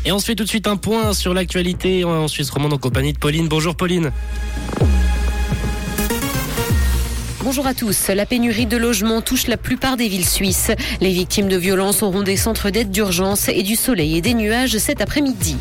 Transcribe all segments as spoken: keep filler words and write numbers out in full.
Et on se fait tout de suite un point sur l'actualité en Suisse romande en compagnie de Pauline. Bonjour Pauline. Bonjour à tous. La pénurie de logements touche la plupart des villes suisses. Les victimes de violences auront des centres d'aide d'urgence et du soleil et des nuages cet après-midi.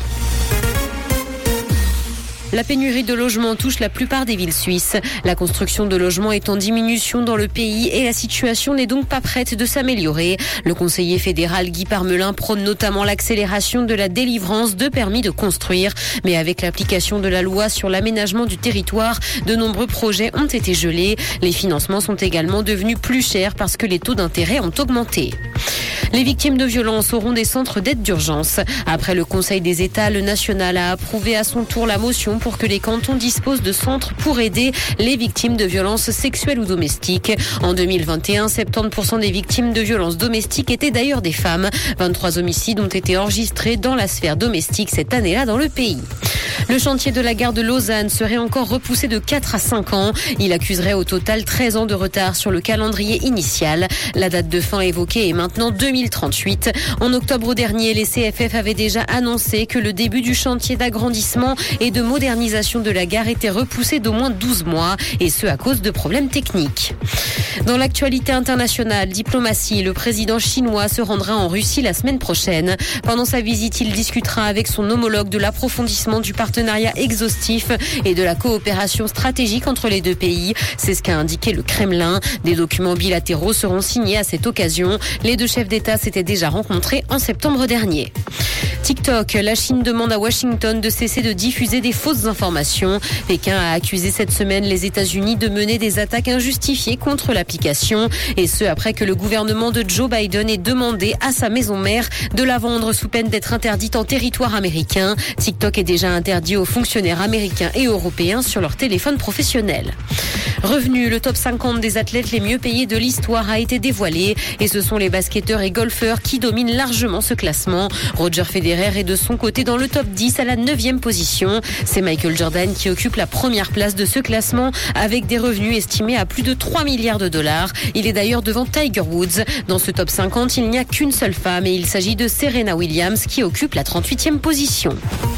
La pénurie de logements touche la plupart des villes suisses. La construction de logements est en diminution dans le pays et la situation n'est donc pas prête de s'améliorer. Le conseiller fédéral Guy Parmelin prône notamment l'accélération de la délivrance de permis de construire. Mais avec l'application de la loi sur l'aménagement du territoire, de nombreux projets ont été gelés. Les financements sont également devenus plus chers parce que les taux d'intérêt ont augmenté. Les victimes de violences auront des centres d'aide d'urgence. Après le Conseil des États, le national a approuvé à son tour la motion pour que les cantons disposent de centres pour aider les victimes de violences sexuelles ou domestiques. En deux mille vingt et un, soixante-dix pour cent des victimes de violences domestiques étaient d'ailleurs des femmes. vingt-trois homicides ont été enregistrés dans la sphère domestique cette année-là dans le pays. Le chantier de la gare de Lausanne serait encore repoussé de quatre à cinq ans. Il accuserait au total treize ans de retard sur le calendrier initial. La date de fin évoquée est maintenant deux mille trente-huit. En octobre dernier, les C F F avaient déjà annoncé que le début du chantier d'agrandissement et de modernisation de la gare était repoussé d'au moins douze mois, et ce à cause de problèmes techniques. Dans l'actualité internationale, diplomatie, le président chinois se rendra en Russie la semaine prochaine. Pendant sa visite, il discutera avec son homologue de l'approfondissement du partenariat exhaustif et de la coopération stratégique entre les deux pays. C'est ce qu'a indiqué le Kremlin. Des documents bilatéraux seront signés à cette occasion. Les deux chefs d'État s'étaient déjà rencontrés en septembre dernier. TikTok, la Chine demande à Washington de cesser de diffuser des fausses informations. Pékin a accusé cette semaine les États-Unis de mener des attaques injustifiées contre l'application. Et ce, après que le gouvernement de Joe Biden ait demandé à sa maison mère de la vendre sous peine d'être interdite en territoire américain. TikTok est déjà interdit aux fonctionnaires américains et européens sur leur téléphone professionnel. Revenu, le top cinquante des athlètes les mieux payés de l'histoire a été dévoilé. Et ce sont les basketteurs et golfeurs qui dominent largement ce classement. Roger Federer est de son côté dans le top dix à la neuvième position. C'est Michael Jordan qui occupe la première place de ce classement avec des revenus estimés à plus de trois milliards de dollars. Il est d'ailleurs devant Tiger Woods. Dans ce top cinquante, il n'y a qu'une seule femme et il s'agit de Serena Williams qui occupe la trente-huitième position.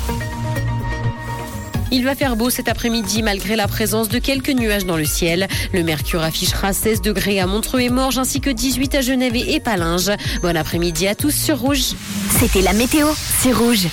Il va faire beau cet après-midi malgré la présence de quelques nuages dans le ciel. Le mercure affichera seize degrés à Montreux et Morges ainsi que dix-huit à Genève et Palinges. Bon après-midi à tous sur Rouge. C'était la météo, c'est Rouge.